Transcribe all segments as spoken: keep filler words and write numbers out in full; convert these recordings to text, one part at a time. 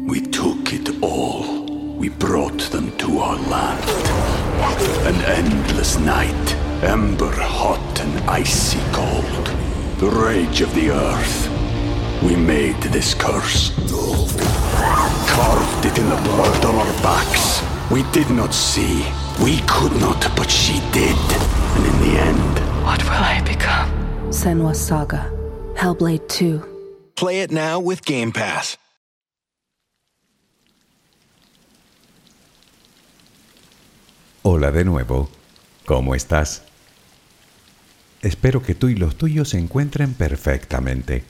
We took it all. We brought them to our land. An endless night, ember hot and icy cold. The rage of the earth. We made this curse. Carved it in the blood on our backs. We did not see. We could not, but she did. And in the end... What will I become? Senua's Saga. Hellblade two. Play it now with Game Pass. Hola de nuevo. ¿Cómo estás? Espero que tú y los tuyos se encuentren perfectamente.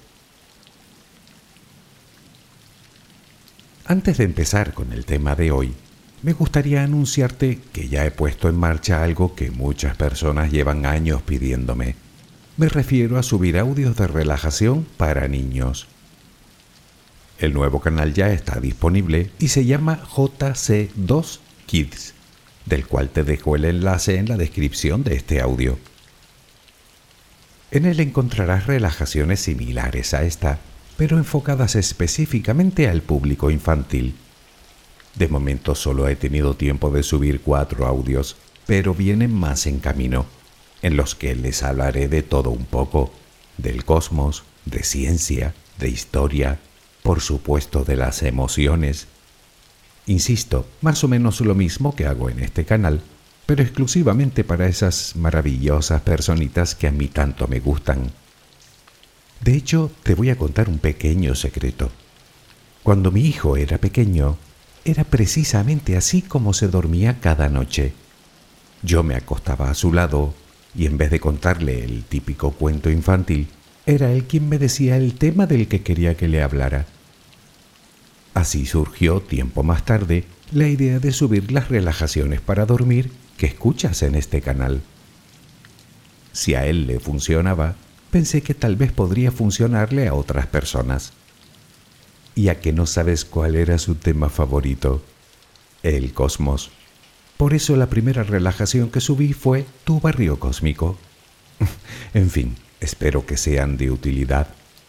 Antes de empezar con el tema de hoy, me gustaría anunciarte que ya he puesto en marcha algo que muchas personas llevan años pidiéndome. Me refiero a subir audios de relajación para niños. El nuevo canal ya está disponible y se llama J C dos Kids, del cual te dejo el enlace en la descripción de este audio. En él encontrarás relajaciones similares a esta, pero enfocadas específicamente al público infantil. De momento solo he tenido tiempo de subir cuatro audios, pero vienen más en camino, en los que les hablaré de todo un poco, del cosmos, de ciencia, de historia, por supuesto de las emociones. Insisto, más o menos lo mismo que hago en este canal, pero exclusivamente para esas maravillosas personitas que a mí tanto me gustan. De hecho, te voy a contar un pequeño secreto. Cuando mi hijo era pequeño, era precisamente así como se dormía cada noche. Yo me acostaba a su lado y en vez de contarle el típico cuento infantil, era él quien me decía el tema del que quería que le hablara. Así surgió tiempo más tarde la idea de subir las relajaciones para dormir que escuchas en este canal. Si a él le funcionaba, pensé que tal vez podría funcionarle a otras personas. ¿Y a que no sabes cuál era su tema favorito? El cosmos. Por eso la primera relajación que subí fue Tu barrio cósmico. En fin, espero que sean de utilidad.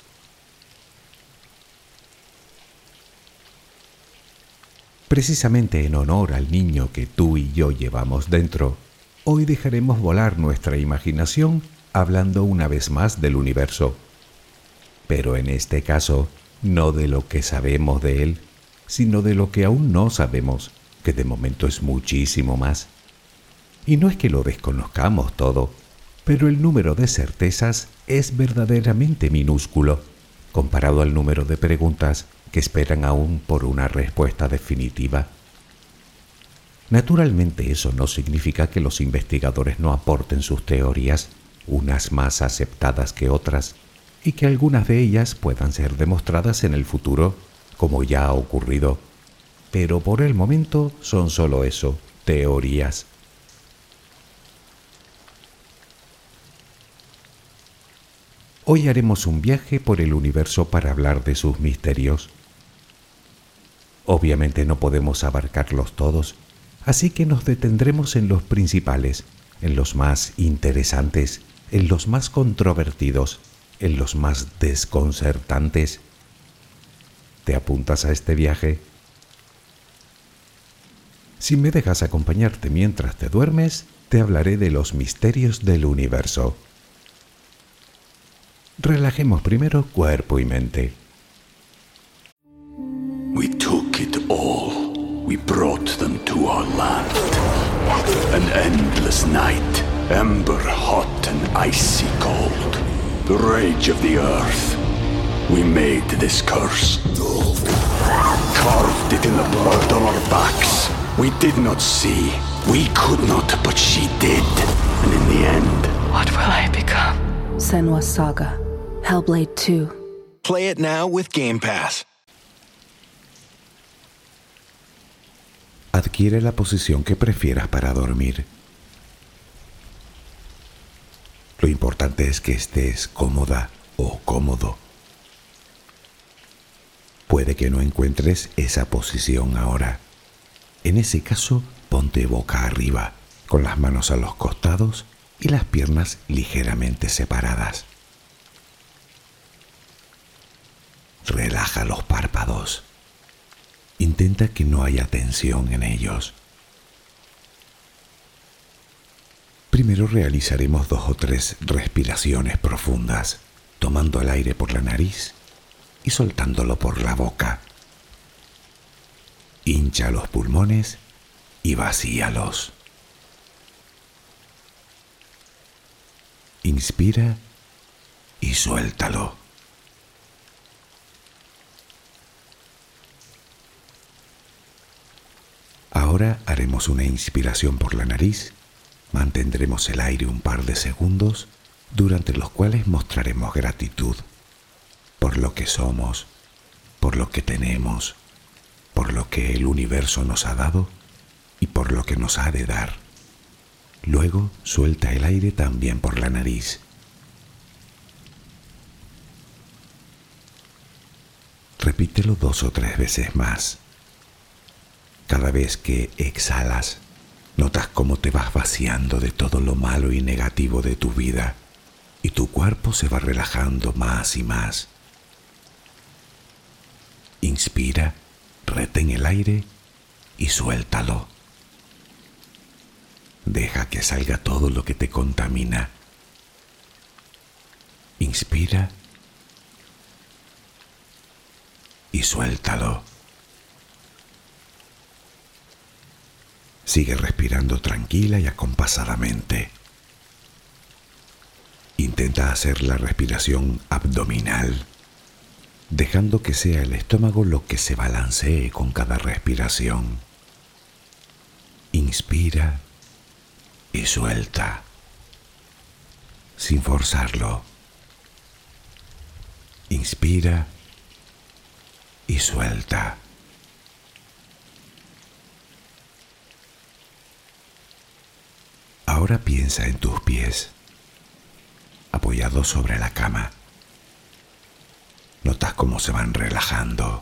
Precisamente en honor al niño que tú y yo llevamos dentro, hoy dejaremos volar nuestra imaginación hablando una vez más del universo. Pero en este caso, no de lo que sabemos de él, sino de lo que aún no sabemos, que de momento es muchísimo más. Y no es que lo desconozcamos todo, pero el número de certezas es verdaderamente minúsculo, comparado al número de preguntas que esperan aún por una respuesta definitiva. Naturalmente eso no significa que los investigadores no aporten sus teorías, unas más aceptadas que otras, y que algunas de ellas puedan ser demostradas en el futuro, como ya ha ocurrido. Pero por el momento son solo eso, teorías. Hoy haremos un viaje por el universo para hablar de sus misterios. Obviamente no podemos abarcarlos todos, así que nos detendremos en los principales, en los más interesantes, en los más controvertidos, en los más desconcertantes. ¿Te apuntas a este viaje? Si me dejas acompañarte mientras te duermes, te hablaré de los misterios del universo. Relajemos primero cuerpo y mente. We took it all. We brought them to our land. An endless night, ember hot and icy cold. The rage of the earth. We made this curse. Carved it in the blood on our backs. We did not see. We could not, but she did. And in the end... What will I become? Senua's Saga. Hellblade two. Play it now with Game Pass. Adquiere la posición que prefieras para dormir. Lo importante es que estés cómoda o cómodo. Puede que no encuentres esa posición ahora. En ese caso, ponte boca arriba, con las manos a los costados y las piernas ligeramente separadas. Relaja los párpados. Intenta que no haya tensión en ellos. Primero realizaremos dos o tres respiraciones profundas, tomando el aire por la nariz y soltándolo por la boca. Hincha los pulmones y vacíalos. Inspira y suéltalo. Ahora haremos una inspiración por la nariz. Mantendremos el aire un par de segundos, durante los cuales mostraremos gratitud por lo que somos, por lo que tenemos, por lo que el universo nos ha dado y por lo que nos ha de dar. Luego suelta el aire también por la nariz. Repítelo dos o tres veces más. Cada vez que exhalas, notas cómo te vas vaciando de todo lo malo y negativo de tu vida y tu cuerpo se va relajando más y más. Inspira, retén el aire y suéltalo. Deja que salga todo lo que te contamina. Inspira y suéltalo. Sigue respirando tranquila y acompasadamente. Intenta hacer la respiración abdominal, dejando que sea el estómago lo que se balancee con cada respiración. Inspira y suelta, sin forzarlo. Inspira y suelta. Ahora piensa en tus pies, apoyados sobre la cama. Notas cómo se van relajando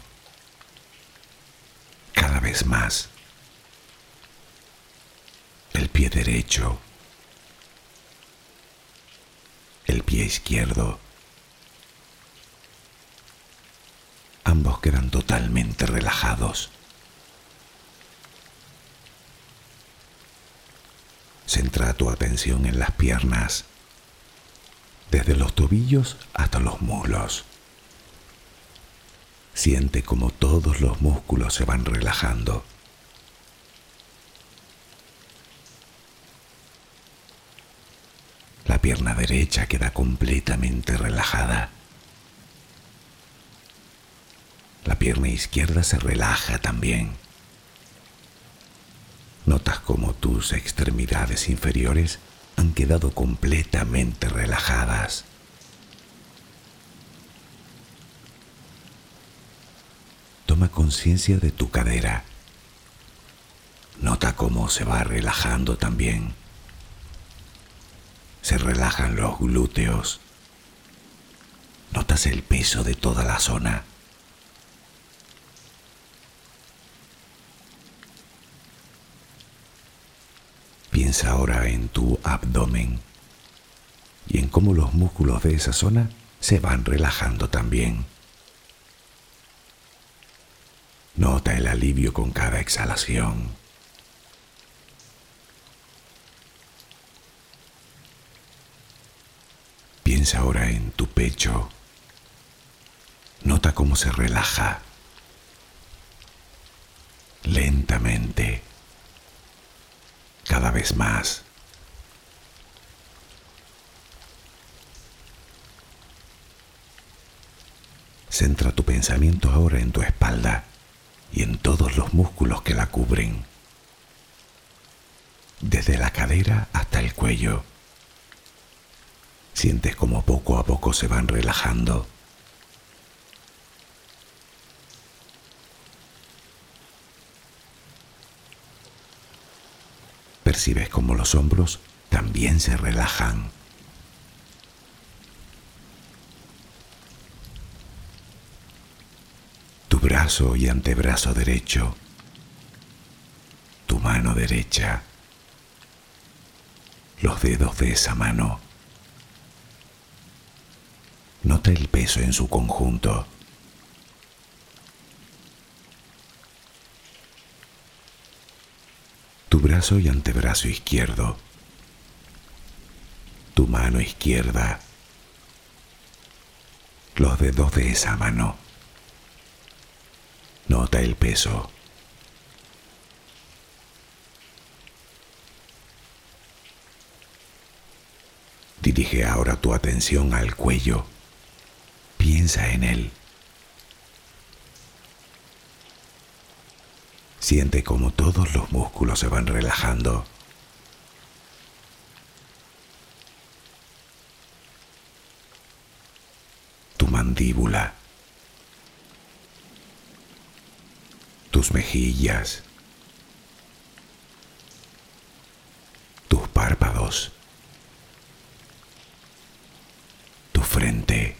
cada vez más. El pie derecho, el pie izquierdo. Ambos quedan totalmente relajados. Centra tu atención en las piernas, desde los tobillos hasta los muslos. Siente cómo todos los músculos se van relajando. La pierna derecha queda completamente relajada. La pierna izquierda se relaja también. Notas cómo tus extremidades inferiores han quedado completamente relajadas. Toma conciencia de tu cadera. Nota cómo se va relajando también. Se relajan los glúteos. Notas el peso de toda la zona. Piensa ahora en tu abdomen y en cómo los músculos de esa zona se van relajando también. Nota el alivio con cada exhalación. Piensa ahora en tu pecho. Nota cómo se relaja lentamente. Cada vez más. Centra tu pensamiento ahora en tu espalda y en todos los músculos que la cubren, desde la cadera hasta el cuello. Sientes como poco a poco se van relajando. Percibes como los hombros también se relajan. Tu brazo y antebrazo derecho, tu mano derecha, los dedos de esa mano. Nota el peso en su conjunto. brazo y antebrazo izquierdo, tu mano izquierda, los dedos de esa mano. Nota el peso. Dirige ahora tu atención al cuello. Piensa en él. Siente cómo todos los músculos se van relajando. Tu mandíbula. Tus mejillas. Tus párpados. Tu frente.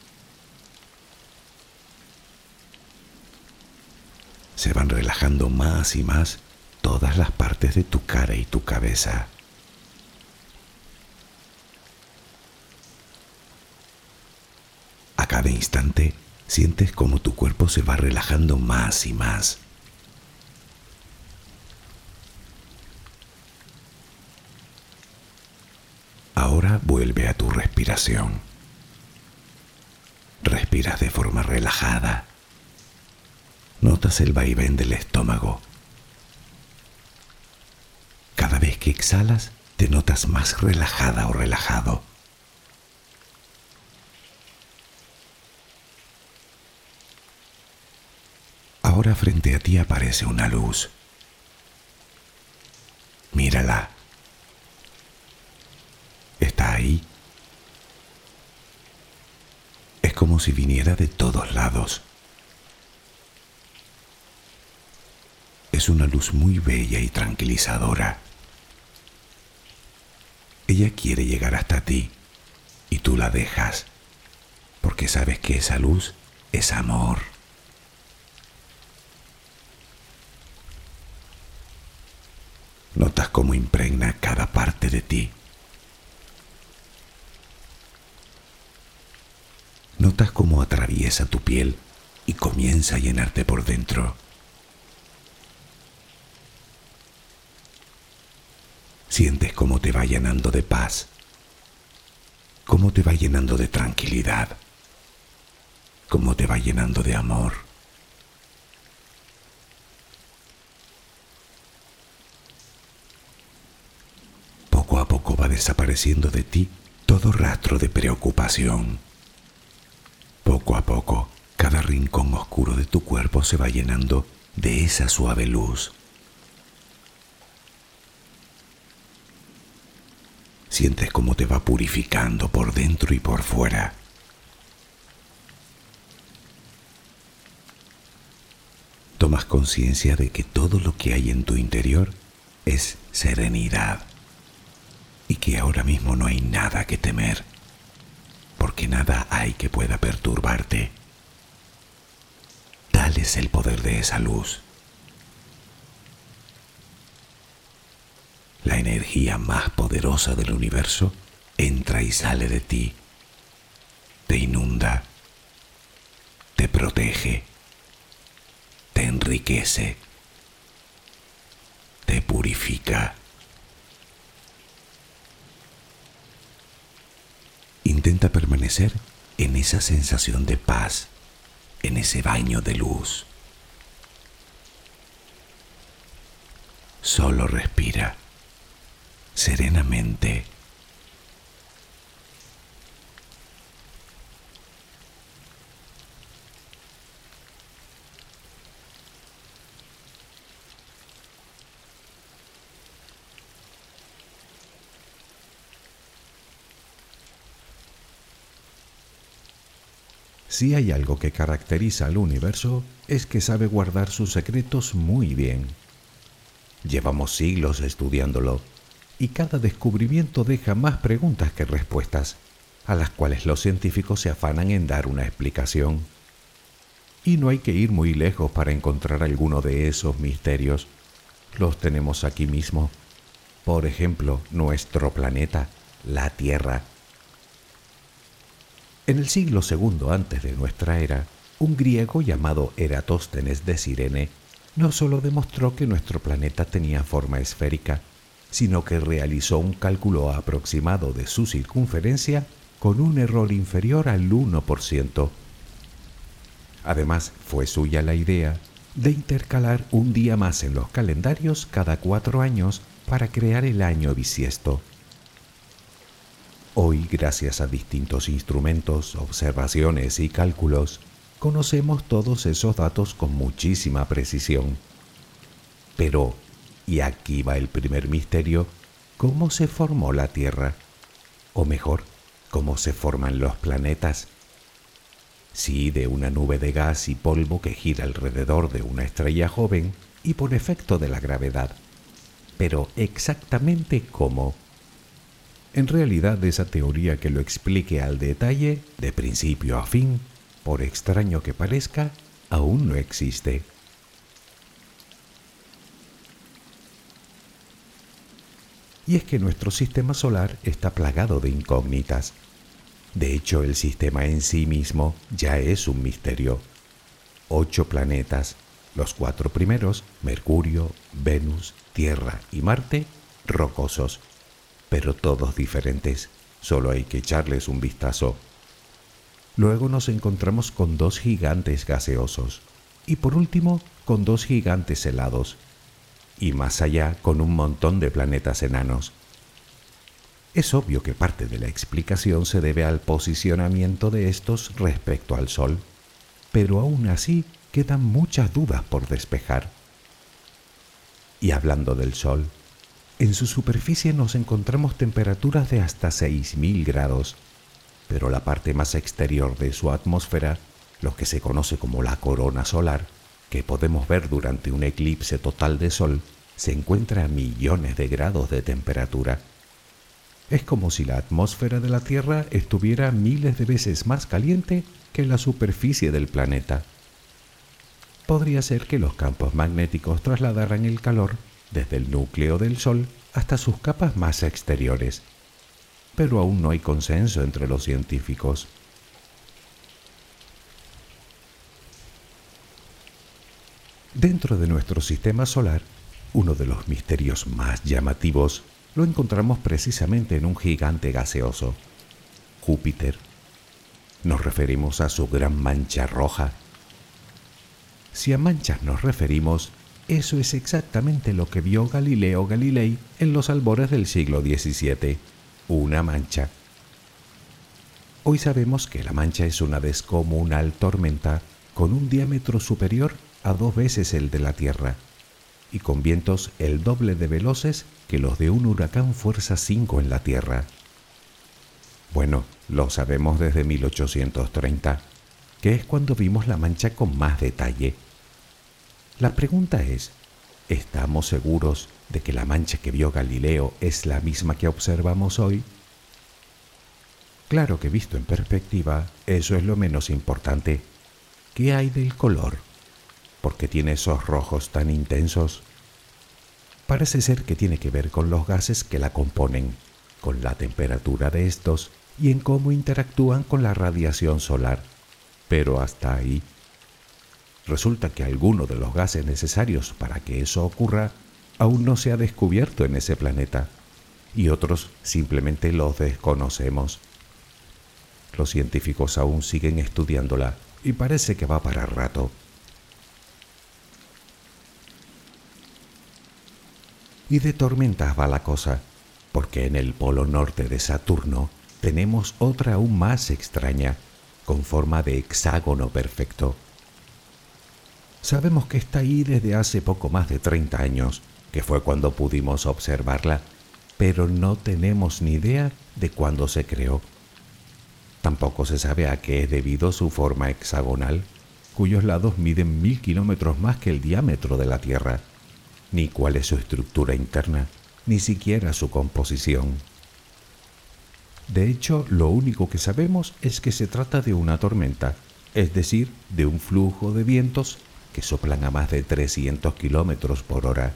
Se van relajando más y más todas las partes de tu cara y tu cabeza. A cada instante sientes como tu cuerpo se va relajando más y más. Ahora vuelve a tu respiración. Respiras de forma relajada. Notas el vaivén del estómago. Cada vez que exhalas, te notas más relajada o relajado. Ahora frente a ti aparece una luz. Mírala. Está ahí. Es como si viniera de todos lados. Es una luz muy bella y tranquilizadora. Ella quiere llegar hasta ti y tú la dejas, porque sabes que esa luz es amor. Notas cómo impregna cada parte de ti. Notas cómo atraviesa tu piel y comienza a llenarte por dentro. Sientes cómo te va llenando de paz, cómo te va llenando de tranquilidad, cómo te va llenando de amor. Poco a poco va desapareciendo de ti todo rastro de preocupación. Poco a poco, cada rincón oscuro de tu cuerpo se va llenando de esa suave luz. Sientes cómo te va purificando por dentro y por fuera. Tomas conciencia de que todo lo que hay en tu interior es serenidad y que ahora mismo no hay nada que temer, porque nada hay que pueda perturbarte. Tal es el poder de esa luz. La energía más poderosa del universo entra y sale de ti, te inunda, te protege, te enriquece, te purifica. Intenta permanecer en esa sensación de paz, en ese baño de luz. Solo respira serenamente. Si hay algo que caracteriza al universo, es que sabe guardar sus secretos muy bien. Llevamos siglos estudiándolo, y cada descubrimiento deja más preguntas que respuestas, a las cuales los científicos se afanan en dar una explicación. Y no hay que ir muy lejos para encontrar alguno de esos misterios. Los tenemos aquí mismo. Por ejemplo, nuestro planeta, la Tierra. En el siglo segundo antes de nuestra era, un griego llamado Eratóstenes de Cirene no solo demostró que nuestro planeta tenía forma esférica, sino que realizó un cálculo aproximado de su circunferencia con un error inferior al uno por ciento. Además, fue suya la idea de intercalar un día más en los calendarios cada cuatro años para crear el año bisiesto. Hoy, gracias a distintos instrumentos, observaciones y cálculos, conocemos todos esos datos con muchísima precisión. Pero, y aquí va el primer misterio, ¿cómo se formó la Tierra? O mejor, ¿cómo se forman los planetas? Sí, de una nube de gas y polvo que gira alrededor de una estrella joven y por efecto de la gravedad. Pero exactamente cómo. En realidad, esa teoría que lo explique al detalle, de principio a fin, por extraño que parezca, aún no existe. Y es que nuestro sistema solar está plagado de incógnitas. De hecho, el sistema en sí mismo ya es un misterio. Ocho planetas, los cuatro primeros, Mercurio, Venus, Tierra y Marte, rocosos, pero todos diferentes, solo hay que echarles un vistazo. Luego nos encontramos con dos gigantes gaseosos, y por último con dos gigantes helados, y más allá con un montón de planetas enanos. Es obvio que parte de la explicación se debe al posicionamiento de estos respecto al Sol, pero aún así quedan muchas dudas por despejar. Y hablando del Sol, en su superficie nos encontramos temperaturas de hasta seis mil grados, pero la parte más exterior de su atmósfera, lo que se conoce como la corona solar, que podemos ver durante un eclipse total de Sol, se encuentra a millones de grados de temperatura. Es como si la atmósfera de la Tierra estuviera miles de veces más caliente que la superficie del planeta. Podría ser que los campos magnéticos trasladaran el calor desde el núcleo del Sol hasta sus capas más exteriores, pero aún no hay consenso entre los científicos. Dentro de nuestro sistema solar, uno de los misterios más llamativos lo encontramos precisamente en un gigante gaseoso, Júpiter. Nos referimos a su gran mancha roja. Si a manchas nos referimos, eso es exactamente lo que vio Galileo Galilei en los albores del siglo diecisiete, una mancha. Hoy sabemos que la mancha es una descomunal tormenta con un diámetro superior a dos veces el de la Tierra y con vientos el doble de veloces que los de un huracán fuerza cinco en la Tierra. Bueno, lo sabemos desde mil ochocientos treinta, que es cuando vimos la mancha con más detalle. La pregunta es, ¿estamos seguros de que la mancha que vio Galileo es la misma que observamos hoy? Claro que visto en perspectiva, eso es lo menos importante. ¿Qué hay del color? ¿Por qué tiene esos rojos tan intensos? Parece ser que tiene que ver con los gases que la componen, con la temperatura de estos y en cómo interactúan con la radiación solar. Pero hasta ahí. Resulta que alguno de los gases necesarios para que eso ocurra aún no se ha descubierto en ese planeta, y otros simplemente los desconocemos. Los científicos aún siguen estudiándola y parece que va para rato. Y de tormentas va la cosa, porque en el polo norte de Saturno tenemos otra aún más extraña, con forma de hexágono perfecto. Sabemos que está ahí desde hace poco más de treinta años, que fue cuando pudimos observarla, pero no tenemos ni idea de cuándo se creó. Tampoco se sabe a qué es debido su forma hexagonal, cuyos lados miden mil kilómetros más que el diámetro de la Tierra, ni cuál es su estructura interna, ni siquiera su composición. De hecho, lo único que sabemos es que se trata de una tormenta, es decir, de un flujo de vientos que soplan a más de trescientos kilómetros por hora.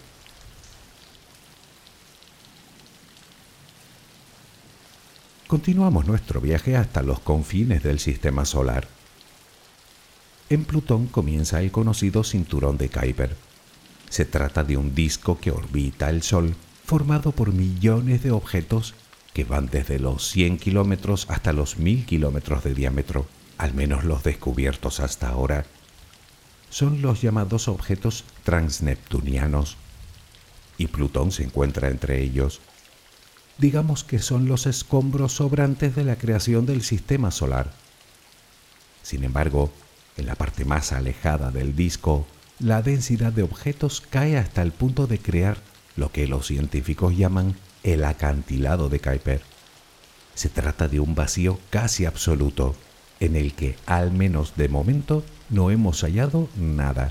Continuamos nuestro viaje hasta los confines del sistema solar. En Plutón comienza el conocido cinturón de Kuiper, Se trata de un disco que orbita el Sol, formado por millones de objetos que van desde los cien kilómetros hasta los mil kilómetros de diámetro, al menos los descubiertos hasta ahora. Son los llamados objetos transneptunianos, y Plutón se encuentra entre ellos. Digamos que son los escombros sobrantes de la creación del sistema solar. Sin embargo, en la parte más alejada del disco, la densidad de objetos cae hasta el punto de crear lo que los científicos llaman el acantilado de Kuiper. Se trata de un vacío casi absoluto, en el que, al menos de momento, no hemos hallado nada.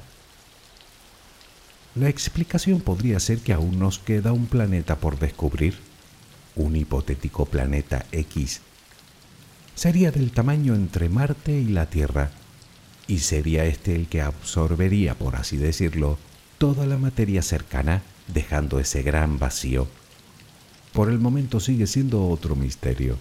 La explicación podría ser que aún nos queda un planeta por descubrir, un hipotético planeta X. Sería del tamaño entre Marte y la Tierra, y sería este el que absorbería, por así decirlo, toda la materia cercana, dejando ese gran vacío. Por el momento sigue siendo otro misterio.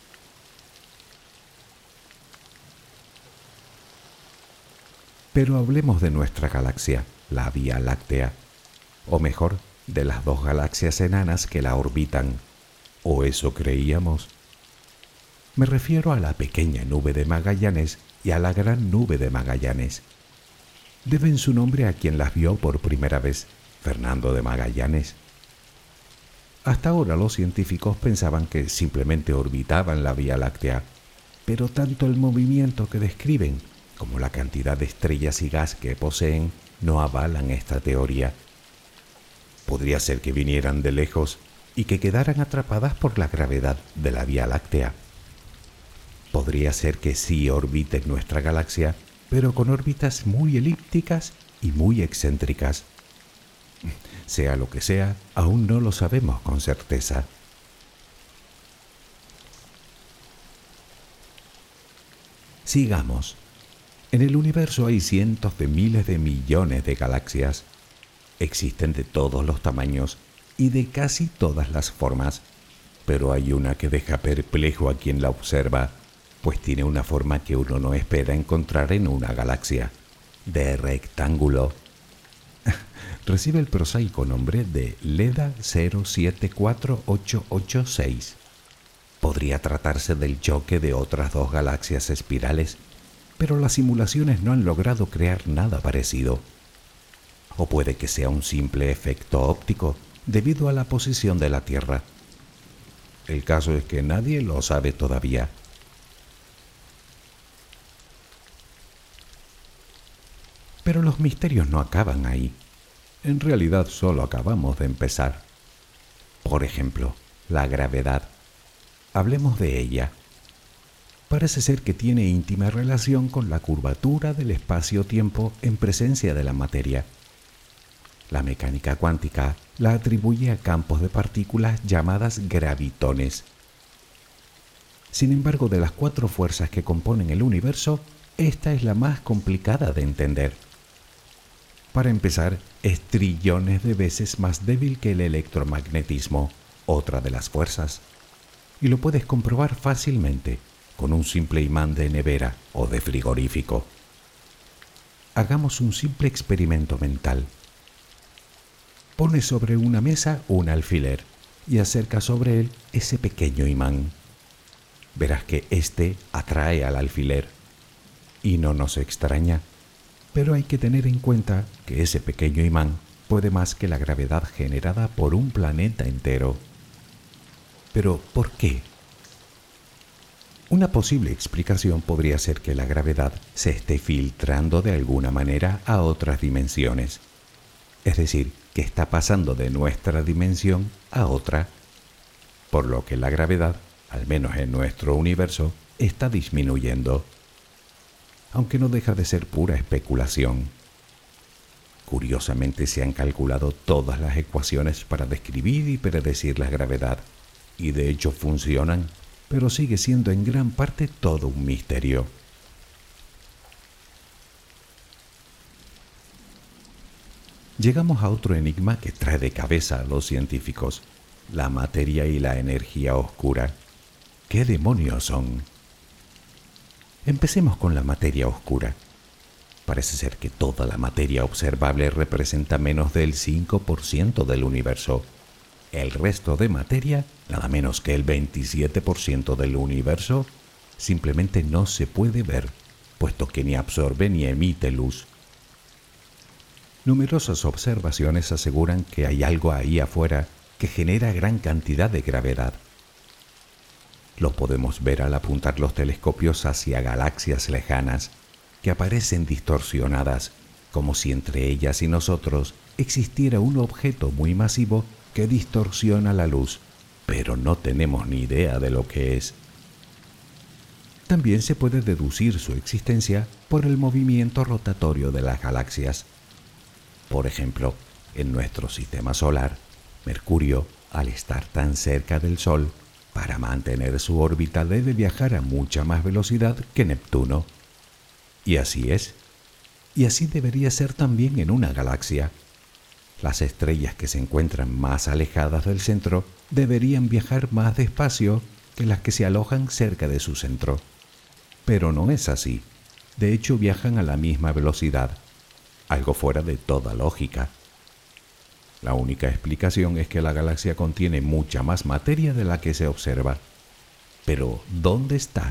Pero hablemos de nuestra galaxia, la Vía Láctea, o mejor, de las dos galaxias enanas que la orbitan, o eso creíamos. Me refiero a la pequeña nube de Magallanes y a la gran nube de Magallanes. Deben su nombre a quien las vio por primera vez, Fernando de Magallanes. Hasta ahora los científicos pensaban que simplemente orbitaban la Vía Láctea, pero tanto el movimiento que describen como la cantidad de estrellas y gas que poseen no avalan esta teoría. Podría ser que vinieran de lejos y que quedaran atrapadas por la gravedad de la Vía Láctea. Podría ser que sí orbiten nuestra galaxia, pero con órbitas muy elípticas y muy excéntricas. Sea lo que sea, aún no lo sabemos con certeza. Sigamos. En el universo hay cientos de miles de millones de galaxias. Existen de todos los tamaños y de casi todas las formas, pero hay una que deja perplejo a quien la observa, pues tiene una forma que uno no espera encontrar en una galaxia, de rectángulo. Recibe el prosaico nombre de Leda cero siete cuatro ocho ocho seis. Podría tratarse del choque de otras dos galaxias espirales, pero las simulaciones no han logrado crear nada parecido. O puede que sea un simple efecto óptico debido a la posición de la Tierra. El caso es que nadie lo sabe todavía. Pero los misterios no acaban ahí. En realidad solo acabamos de empezar. Por ejemplo, la gravedad. Hablemos de ella. Parece ser que tiene íntima relación con la curvatura del espacio-tiempo en presencia de la materia. La mecánica cuántica la atribuye a campos de partículas llamadas gravitones. Sin embargo, de las cuatro fuerzas que componen el universo, esta es la más complicada de entender. Para empezar, es trillones de veces más débil que el electromagnetismo, otra de las fuerzas. Y lo puedes comprobar fácilmente con un simple imán de nevera o de frigorífico. Hagamos un simple experimento mental. Pone sobre una mesa un alfiler y acerca sobre él ese pequeño imán. Verás que éste atrae al alfiler. Y no nos extraña, pero hay que tener en cuenta que ese pequeño imán puede más que la gravedad generada por un planeta entero. Pero, ¿por qué? Una posible explicación podría ser que la gravedad se esté filtrando de alguna manera a otras dimensiones. Es decir, que está pasando de nuestra dimensión a otra, por lo que la gravedad, al menos en nuestro universo, está disminuyendo. Aunque no deja de ser pura especulación. Curiosamente se han calculado todas las ecuaciones para describir y predecir la gravedad, y de hecho funcionan, pero sigue siendo en gran parte todo un misterio. Llegamos a otro enigma que trae de cabeza a los científicos, la materia y la energía oscura. ¿Qué demonios son? Empecemos con la materia oscura. Parece ser que toda la materia observable representa menos del cinco por ciento del universo. El resto de materia, nada menos que el veintisiete por ciento del universo, simplemente no se puede ver, puesto que ni absorbe ni emite luz. Numerosas observaciones aseguran que hay algo ahí afuera que genera gran cantidad de gravedad. Lo podemos ver al apuntar los telescopios hacia galaxias lejanas, que aparecen distorsionadas, como si entre ellas y nosotros existiera un objeto muy masivo que distorsiona la luz, pero no tenemos ni idea de lo que es. También se puede deducir su existencia por el movimiento rotatorio de las galaxias. Por ejemplo, en nuestro sistema solar, Mercurio, al estar tan cerca del Sol, para mantener su órbita debe viajar a mucha más velocidad que Neptuno. Y así es. Y así debería ser también en una galaxia. Las estrellas que se encuentran más alejadas del centro deberían viajar más despacio que las que se alojan cerca de su centro. Pero no es así. De hecho, viajan a la misma velocidad, algo fuera de toda lógica. La única explicación es que la galaxia contiene mucha más materia de la que se observa. Pero, ¿dónde está?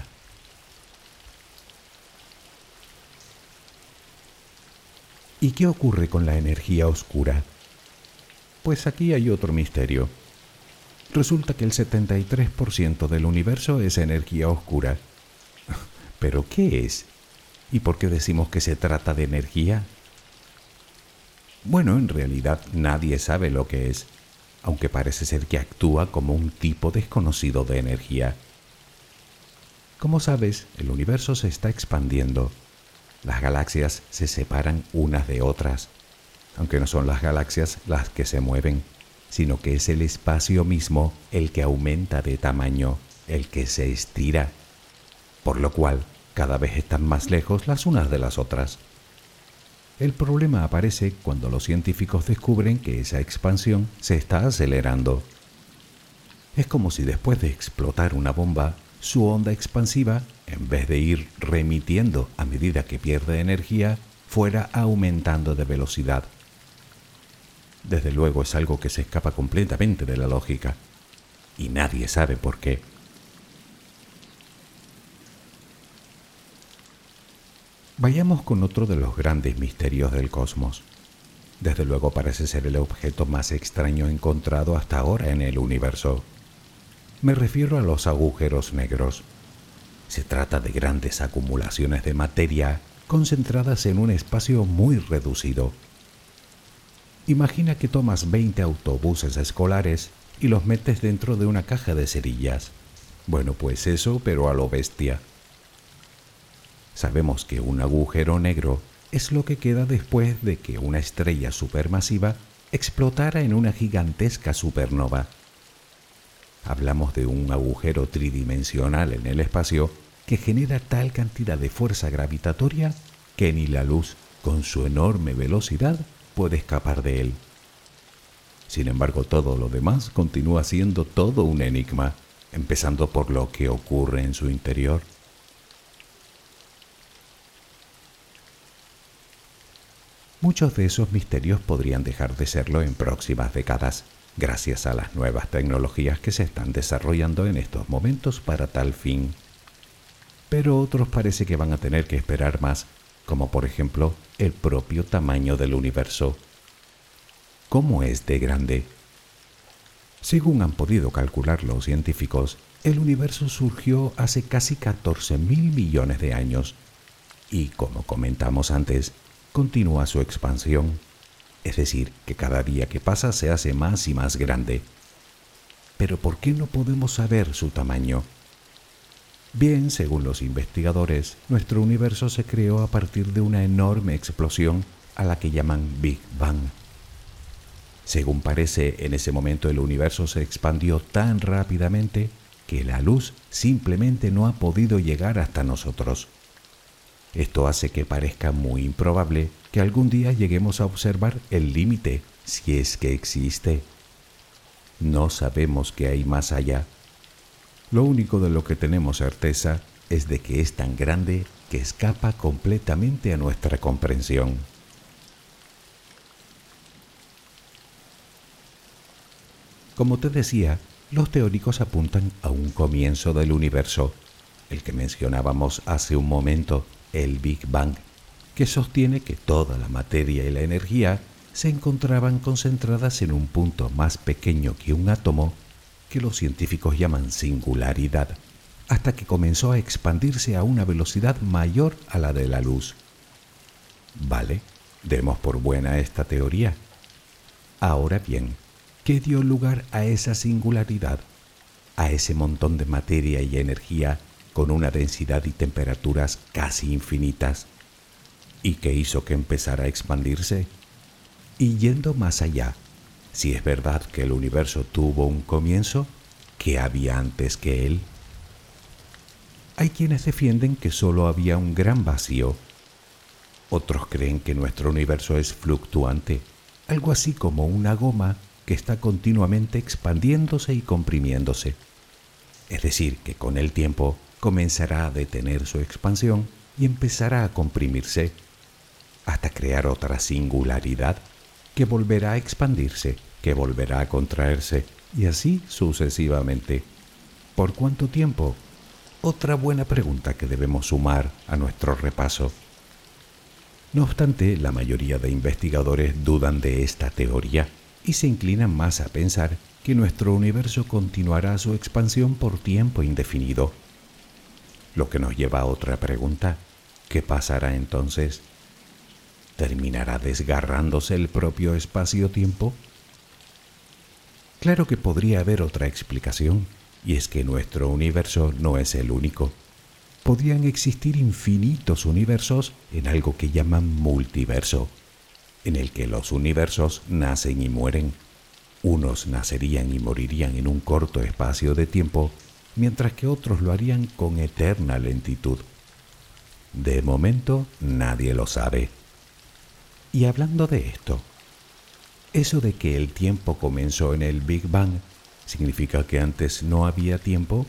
¿Y qué ocurre con la energía oscura? Pues aquí hay otro misterio. Resulta que el setenta y tres por ciento del universo es energía oscura. ¿Pero qué es? ¿Y por qué decimos que se trata de energía? Bueno, en realidad nadie sabe lo que es, aunque parece ser que actúa como un tipo desconocido de energía. Como sabes, el universo se está expandiendo. Las galaxias se separan unas de otras, aunque no son las galaxias las que se mueven, sino que es el espacio mismo el que aumenta de tamaño, el que se estira, por lo cual cada vez están más lejos las unas de las otras. El problema aparece cuando los científicos descubren que esa expansión se está acelerando. Es como si después de explotar una bomba, su onda expansiva, en vez de ir remitiendo a medida que pierde energía, fuera aumentando de velocidad. Desde luego es algo que se escapa completamente de la lógica, y nadie sabe por qué. Vayamos con otro de los grandes misterios del cosmos. Desde luego parece ser el objeto más extraño encontrado hasta ahora en el universo. Me refiero a los agujeros negros. Se trata de grandes acumulaciones de materia concentradas en un espacio muy reducido. Imagina que tomas veinte autobuses escolares y los metes dentro de una caja de cerillas. Bueno, pues eso, pero a lo bestia. Sabemos que un agujero negro es lo que queda después de que una estrella supermasiva explotara en una gigantesca supernova. Hablamos de un agujero tridimensional en el espacio que genera tal cantidad de fuerza gravitatoria que ni la luz, con su enorme velocidad, puede escapar de él. Sin embargo, todo lo demás continúa siendo todo un enigma, empezando por lo que ocurre en su interior. Muchos de esos misterios podrían dejar de serlo en próximas décadas, gracias a las nuevas tecnologías que se están desarrollando en estos momentos para tal fin. Pero otros parece que van a tener que esperar más, como por ejemplo el propio tamaño del universo. ¿Cómo es de grande? Según han podido calcular los científicos, el universo surgió hace casi catorce mil millones de años y, como comentamos antes, continúa su expansión, es decir, que cada día que pasa se hace más y más grande. Pero ¿por qué no podemos saber su tamaño? Bien, según los investigadores, nuestro universo se creó a partir de una enorme explosión a la que llaman Big Bang. Según parece, en ese momento el universo se expandió tan rápidamente que la luz simplemente no ha podido llegar hasta nosotros. Esto hace que parezca muy improbable que algún día lleguemos a observar el límite, si es que existe. No sabemos qué hay más allá. Lo único de lo que tenemos certeza es de que es tan grande que escapa completamente a nuestra comprensión. Como te decía, los teóricos apuntan a un comienzo del universo, el que mencionábamos hace un momento, el Big Bang, que sostiene que toda la materia y la energía se encontraban concentradas en un punto más pequeño que un átomo, que los científicos llaman singularidad, hasta que comenzó a expandirse a una velocidad mayor a la de la luz. Vale, demos por buena esta teoría. Ahora bien, ¿qué dio lugar a esa singularidad? A ese montón de materia y energía con una densidad y temperaturas casi infinitas. ¿Y qué hizo que empezara a expandirse? Y yendo más allá, si es verdad que el universo tuvo un comienzo, ¿qué había antes que él? Hay quienes defienden que solo había un gran vacío. Otros creen que nuestro universo es fluctuante, algo así como una goma que está continuamente expandiéndose y comprimiéndose. Es decir, que con el tiempo comenzará a detener su expansión y empezará a comprimirse, hasta crear otra singularidad que volverá a expandirse, que volverá a contraerse, y así sucesivamente. ¿Por cuánto tiempo? Otra buena pregunta que debemos sumar a nuestro repaso. No obstante, la mayoría de investigadores dudan de esta teoría y se inclinan más a pensar que nuestro universo continuará su expansión por tiempo indefinido. Lo que nos lleva a otra pregunta: ¿qué pasará entonces? ¿Terminará desgarrándose el propio espacio-tiempo? Claro que podría haber otra explicación, y es que nuestro universo no es el único. Podrían existir infinitos universos en algo que llaman multiverso, en el que los universos nacen y mueren. Unos nacerían y morirían en un corto espacio de tiempo, mientras que otros lo harían con eterna lentitud. De momento, nadie lo sabe. Y hablando de esto, eso de que el tiempo comenzó en el Big Bang, ¿significa que antes no había tiempo?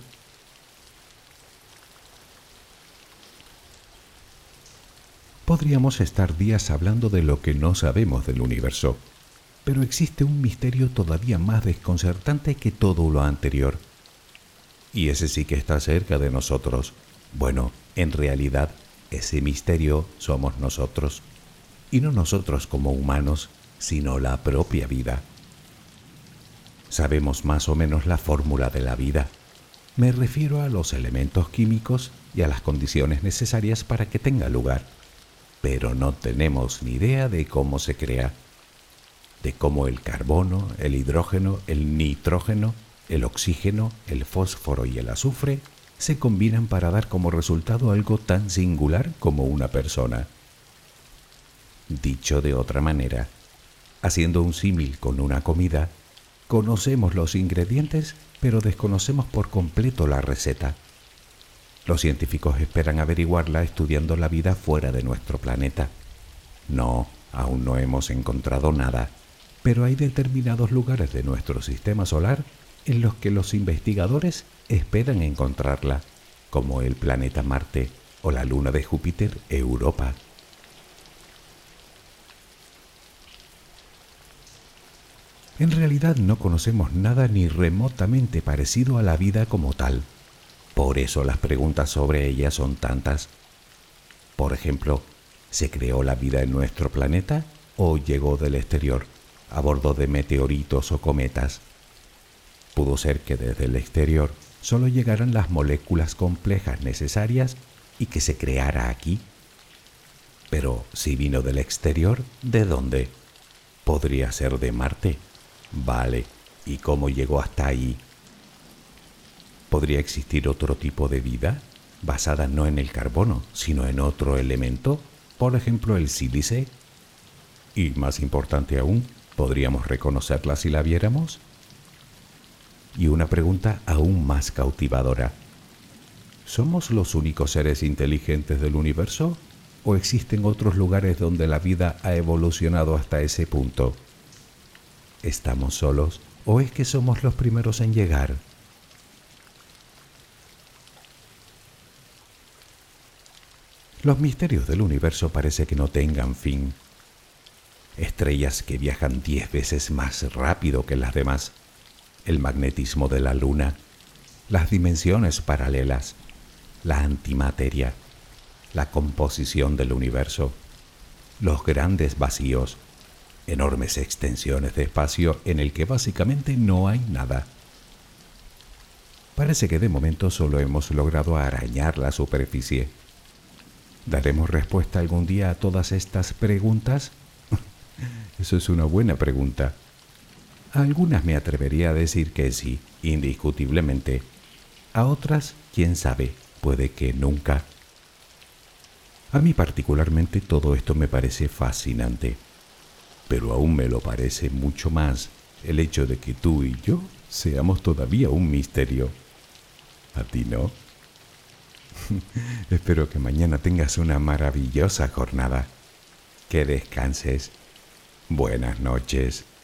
Podríamos estar días hablando de lo que no sabemos del universo, pero existe un misterio todavía más desconcertante que todo lo anterior. Y ese sí que está cerca de nosotros. Bueno, en realidad, ese misterio somos nosotros. Y no nosotros como humanos, sino la propia vida. Sabemos más o menos la fórmula de la vida. Me refiero a los elementos químicos y a las condiciones necesarias para que tenga lugar. Pero no tenemos ni idea de cómo se crea, de cómo el carbono, el hidrógeno, el nitrógeno, el oxígeno, el fósforo y el azufre se combinan para dar como resultado algo tan singular como una persona. Dicho de otra manera, haciendo un símil con una comida, conocemos los ingredientes, pero desconocemos por completo la receta. Los científicos esperan averiguarla estudiando la vida fuera de nuestro planeta. No, aún no hemos encontrado nada, pero hay determinados lugares de nuestro sistema solar en los que los investigadores esperan encontrarla, como el planeta Marte o la luna de Júpiter, Europa. En realidad no conocemos nada ni remotamente parecido a la vida como tal. Por eso las preguntas sobre ella son tantas. Por ejemplo, ¿se creó la vida en nuestro planeta o llegó del exterior, a bordo de meteoritos o cometas? Pudo ser que desde el exterior solo llegaran las moléculas complejas necesarias y que se creara aquí. Pero si vino del exterior, ¿de dónde? ¿Podría ser de Marte? Vale, ¿y cómo llegó hasta ahí? ¿Podría existir otro tipo de vida, basada no en el carbono, sino en otro elemento, por ejemplo el sílice? Y más importante aún, ¿podríamos reconocerla si la viéramos? Y una pregunta aún más cautivadora. ¿Somos los únicos seres inteligentes del universo? ¿O existen otros lugares donde la vida ha evolucionado hasta ese punto? ¿Estamos solos o es que somos los primeros en llegar? Los misterios del universo parece que no tengan fin. Estrellas que viajan diez veces más rápido que las demás, el magnetismo de la luna, las dimensiones paralelas, la antimateria, la composición del universo, los grandes vacíos, enormes extensiones de espacio en el que básicamente no hay nada. Parece que de momento solo hemos logrado arañar la superficie. ¿Daremos respuesta algún día a todas estas preguntas? Eso es una buena pregunta. A algunas me atrevería a decir que sí, indiscutiblemente. A otras, quién sabe, puede que nunca. A mí particularmente todo esto me parece fascinante, pero aún me lo parece mucho más el hecho de que tú y yo seamos todavía un misterio. ¿A ti no? Espero que mañana tengas una maravillosa jornada. Que descanses. Buenas noches.